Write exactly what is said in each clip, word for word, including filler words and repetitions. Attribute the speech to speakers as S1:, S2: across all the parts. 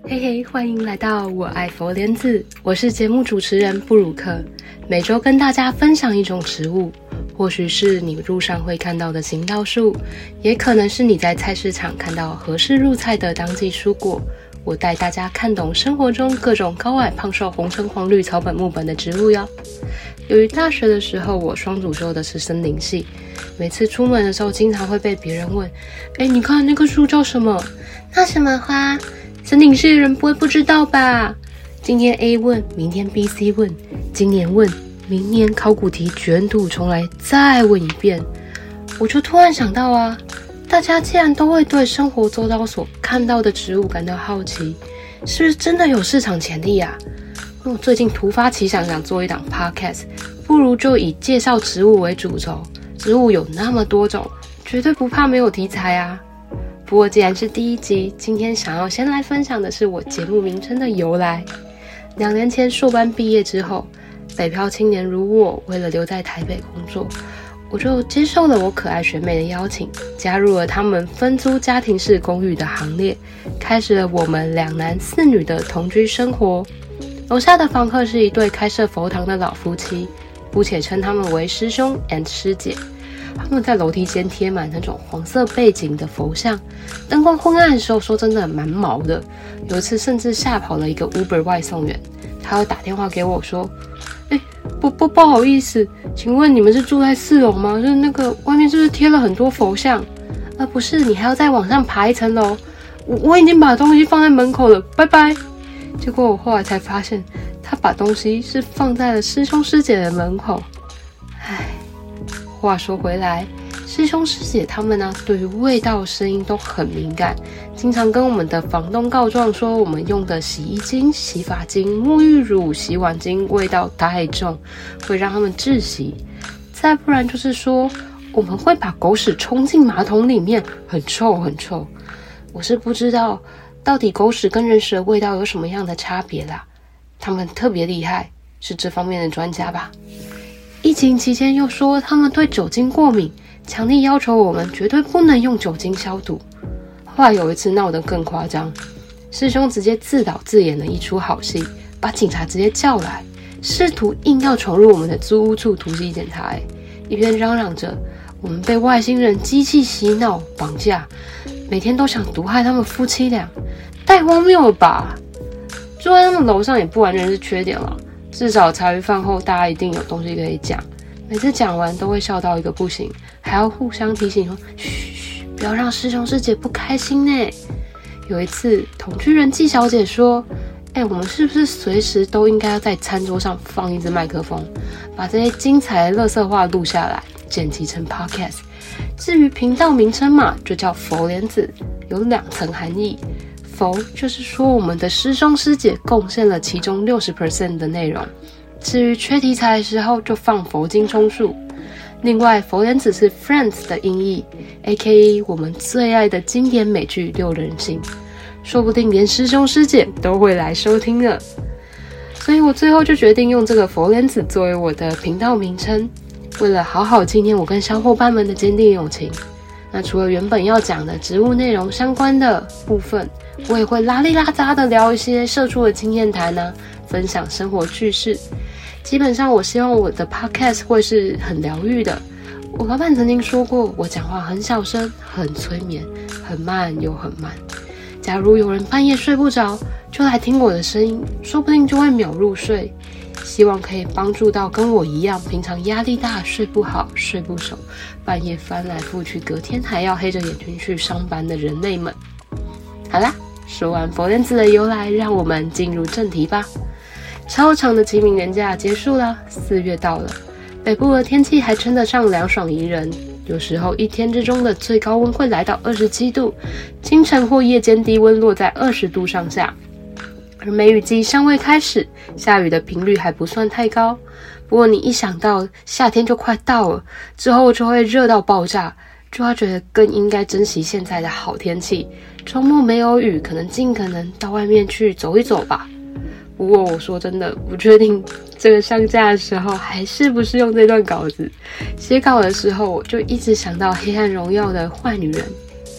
S1: 嘿嘿，欢迎来到我爱佛莲子，我是节目主持人布鲁克，每周跟大家分享一种植物，或许是你路上会看到的行道树，也可能是你在菜市场看到合适入菜的当季蔬果。我带大家看懂生活中各种高矮胖瘦红橙黄绿草本木本的植物哟。由于大学的时候我双主修的是森林系，每次出门的时候经常会被别人问，诶，你看那棵树叫什么？那什么花？森林系的人不会不知道吧？今天 A 问，明天 B、C 问，今年问，明年考古题卷土重来再问一遍。我就突然想到啊，大家既然都会对生活周遭所看到的植物感到好奇，是不是真的有市场潜力啊？那我最近突发奇想想做一档 podcast， 不如就以介绍植物为主轴，植物有那么多种，绝对不怕没有题材啊。不过既然是第一集，今天想要先来分享的是我节目名称的由来。两年前硕班毕业之后，北漂青年如我，为了留在台北工作，我就接受了我可爱学妹的邀请，加入了他们分租家庭式公寓的行列，开始了我们两男四女的同居生活。楼下的房客是一对开设佛堂的老夫妻，姑且称他们为师兄 and 师姐。他们在楼梯间贴满那种黄色背景的佛像，灯光昏暗的时候，说真的蛮毛的。有一次甚至吓跑了一个 Uber 外送员，他要打电话给我说，诶，不不不好意思，请问你们是住在四楼吗？就是那个外面是不是贴了很多佛像？呃，不是，你还要再往上爬一层楼。我我已经把东西放在门口了，拜拜。结果我后来才发现，他把东西是放在了师兄师姐的门口。唉。话说回来，师兄师姐他们呢，对于味道声音都很敏感，经常跟我们的房东告状说，我们用的洗衣精、洗发精、沐浴乳、洗碗精味道太重，会让他们窒息。再不然就是说，我们会把狗屎冲进马桶里面，很臭很臭。我是不知道到底狗屎跟人屎的味道有什么样的差别啦，他们特别厉害，是这方面的专家吧。疫情期间又说他们对酒精过敏，强力要求我们绝对不能用酒精消毒。后来有一次闹得更夸张，师兄直接自导自演了一出好戏，把警察直接叫来，试图硬要闯入我们的租屋处突击检查，欸，一边嚷嚷着我们被外星人机器洗脑绑架，每天都想毒害他们夫妻俩，太荒谬了吧。住在他们楼上也不完全是缺点了，至少茶余饭后大家一定有东西可以讲，每次讲完都会笑到一个不行，还要互相提醒说嘘嘘，不要让师兄师姐不开心呢。有一次同居人季小姐说，欸，我们是不是随时都应该要在餐桌上放一支麦克风，把这些精彩的垃圾话录下来剪辑成 podcast。 至于频道名称嘛，就叫佛莲子，有两层含义。佛就是说我们的师兄师姐贡献了其中 百分之六十 的内容，至于缺题材的时候就放佛经充数。另外佛莲子是 Friends 的音译， A K A 我们最爱的经典美剧六人行，说不定连师兄师姐都会来收听了。所以我最后就决定用这个佛莲子作为我的频道名称，为了好好纪念我跟小伙伴们的坚定友情。那除了原本要讲的植物内容相关的部分，我也会拉里拉杂的聊一些社畜的经验谈啊，分享生活趣事。基本上我希望我的 podcast 会是很疗愈的。我老板曾经说过，我讲话很小声，很催眠，很慢又很慢。假如有人半夜睡不着，就来听我的声音，说不定就会秒入睡。希望可以帮助到跟我一样平常压力大、睡不好、睡不熟、半夜翻来覆去，隔天还要黑着眼睛去上班的人类们。好啦，说完佛莲子的由来，让我们进入正题吧。超长的清明连假结束了，四月到了，北部的天气还称得上凉爽宜人，有时候一天之中的最高温会来到二十七度，清晨或夜间低温落在二十度上下。而梅雨季尚未开始，下雨的频率还不算太高。不过你一想到夏天就快到了，之后就会热到爆炸，就要觉得更应该珍惜现在的好天气。周末没有雨，可能尽可能到外面去走一走吧。不过我说真的，不确定这个上架的时候还是不是用这段稿子。写稿的时候，我就一直想到《黑暗荣耀》的坏女人，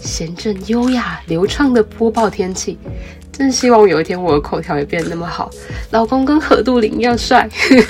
S1: 闲正优雅流畅的播报天气。真希望有一天我的口条也变得那么好，老公跟何杜林一样帅。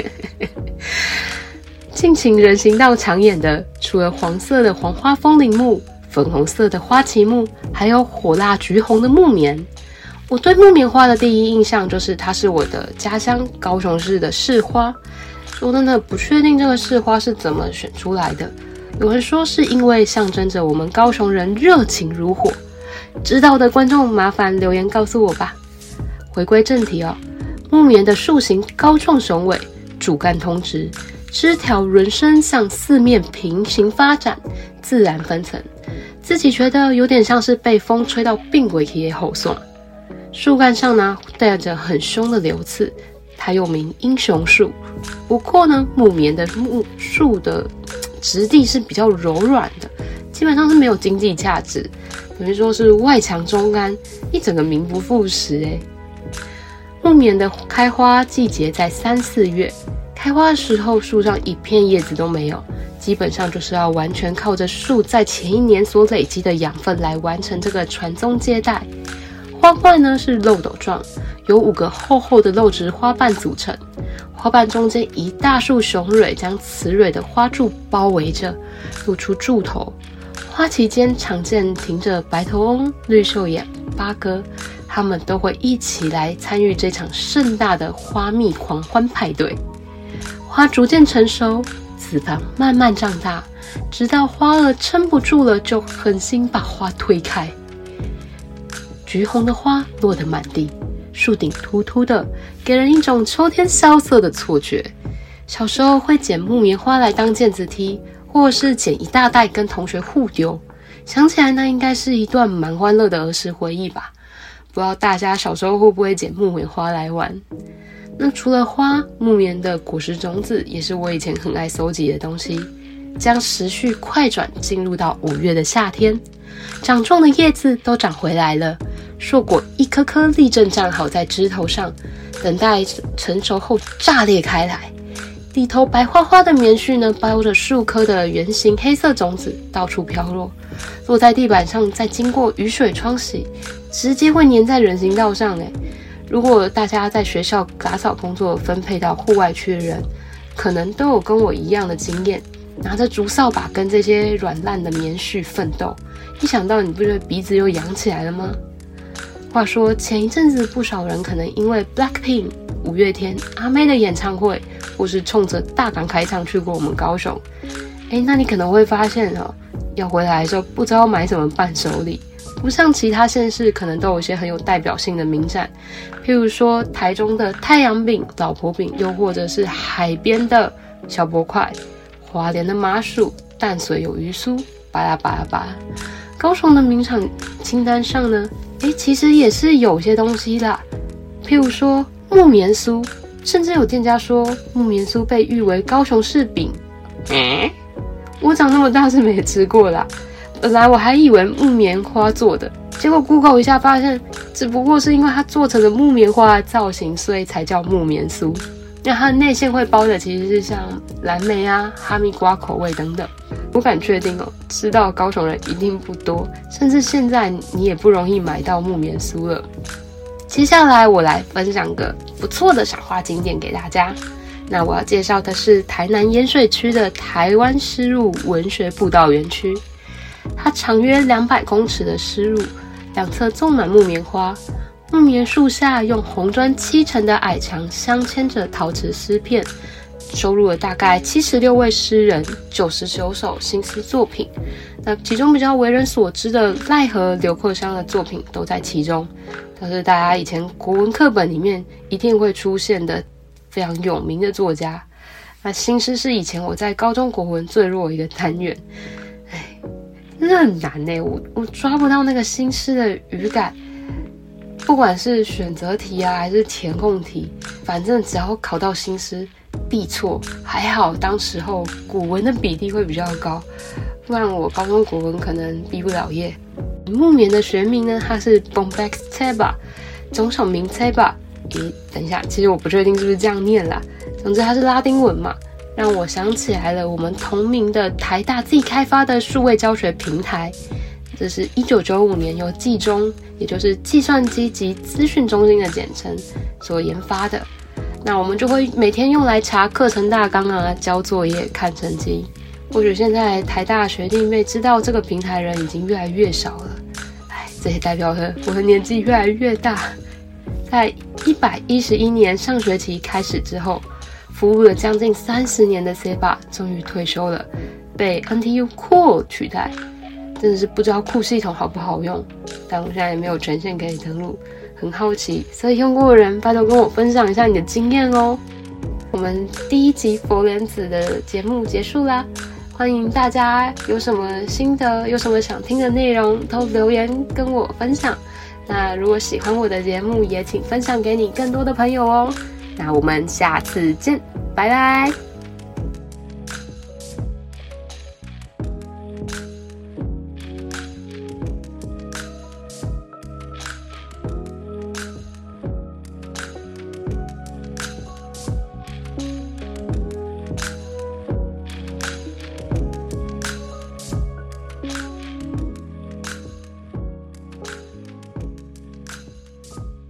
S1: 尽情人行道抢眼的，除了黄色的黄花风铃木、粉红色的花旗木，还有火辣橘红的木棉。我对木棉花的第一印象就是它是我的家乡高雄市的市花。说真的不确定这个市花是怎么选出来的，有人说是因为象征着我们高雄人热情如火，知道的观众麻烦留言告诉我吧。回归正题哦，木棉的树形高壮雄伟，主干通直，枝条轮生向四面平行发展，自然分层，自己觉得有点像是被风吹到并轨体的后送。树干上呢带着很凶的流刺，它又名英雄树。不过呢，木棉的木树的质地是比较柔软的，基本上是没有经济价值，等于说是外强中干，一整个名不副实诶。木棉的开花季节在三四月，开花的时候树上一片叶子都没有，基本上就是要完全靠着树在前一年所累积的养分来完成这个传宗接代。花冠呢是漏斗状，由五个厚厚的肉质花瓣组成，花瓣中间一大束雄蕊将雌蕊的花柱包围着，露出柱头。花期间常见停着白头翁、绿袖眼、八哥，他们都会一起来参与这场盛大的花蜜狂欢派对。花逐渐成熟，子房慢慢长大，直到花儿撑不住了，就狠心把花推开。橘红的花落得满地，树顶秃秃的，给人一种秋天萧瑟的错觉。小时候会捡木棉花来当毽子踢，或者是捡一大袋跟同学互丢，想起来那应该是一段蛮欢乐的儿时回忆吧。不知道大家小时候会不会捡木棉花来玩？那除了花，木棉的果实种子也是我以前很爱收集的东西。将时序快转进入到五月的夏天，长壮的叶子都长回来了，硕果一颗颗立正站好在枝头上，等待成熟后炸裂开来。里头白花花的棉絮呢，包着数颗的圆形黑色种子，到处飘落，落在地板上，再经过雨水冲洗，直接会粘在人行道上诶。如果大家在学校打扫工作分配到户外区的人，可能都有跟我一样的经验，拿着竹扫把跟这些软烂的棉絮奋斗，一想到你不觉得鼻子又痒起来了吗？话说前一阵子不少人可能因为 Blackpink、五月天、阿妹的演唱会，或是冲着大港开唱去过我们高雄，诶，那你可能会发现哦，要回来的时候不知道买什么伴手礼。不像其他县市可能都有一些很有代表性的名产，譬如说台中的太阳饼、老婆饼，又或者是海边的小波块，花莲的麻薯，淡水有鱼酥，巴拉巴拉巴拉。高雄的名产清单上呢，诶，其实也是有些东西啦，譬如说木棉酥，甚至有店家说木棉酥被誉为高雄市饼。嗯，我长那么大是没吃过啦。本来我还以为木棉花做的，结果 Google 一下发现，只不过是因为它做成了木棉花的造型，所以才叫木棉酥。那它的内馅会包的其实是像蓝莓啊、哈密瓜口味等等。我敢确定哦，知道高雄人一定不多，甚至现在你也不容易买到木棉酥了。接下来我来分享个不错的赏花景点给大家。那我要介绍的是台南盐水区的台湾丝路文学步道园区。它长约两百公尺的丝路，两侧种满木棉花，木棉树下用红砖砌成的矮墙镶嵌着陶瓷诗片，收录了大概七十六位诗人、九十九首新诗作品。那其中比较为人所知的赖和刘克襄的作品都在其中，都是大家以前国文课本里面一定会出现的非常有名的作家。那新诗是以前我在高中国文最弱的一个单元，真的很难耶，我我抓不到那个新诗的语感，不管是选择题啊还是填空题，反正只要考到新诗必错。还好当时候古文的比例会比较高，不然我高中国文可能毕不了业。木棉的学名呢，它是 Bombyx ceiba， 种小名 ceiba。诶，等一下，其实我不确定是不是这样念啦。总之它是拉丁文嘛。让我想起来了我们同名的台大自己开发的数位教学平台， 这是一九九五年由计中，也就是计算机及资讯中心的简称所研发的。那我们就会每天用来查课程大纲啊，交作业、看成绩。或许现在台大学弟妹知道这个平台人已经越来越少了，哎，这也代表了我的年纪越来越大。在一百一十一年上学期开始之后，服务了将近三十年的 C 霸终于退休了，被 N T U Cool 取代。真的是不知道酷系统好不好用，但我现在也没有权限可以登录，很好奇，所以用过的人拜托跟我分享一下你的经验哦。我们第一集佛莲子的节目结束啦，欢迎大家有什么心得，有什么想听的内容都留言跟我分享。那如果喜欢我的节目，也请分享给你更多的朋友哦。那我们下次见，拜拜。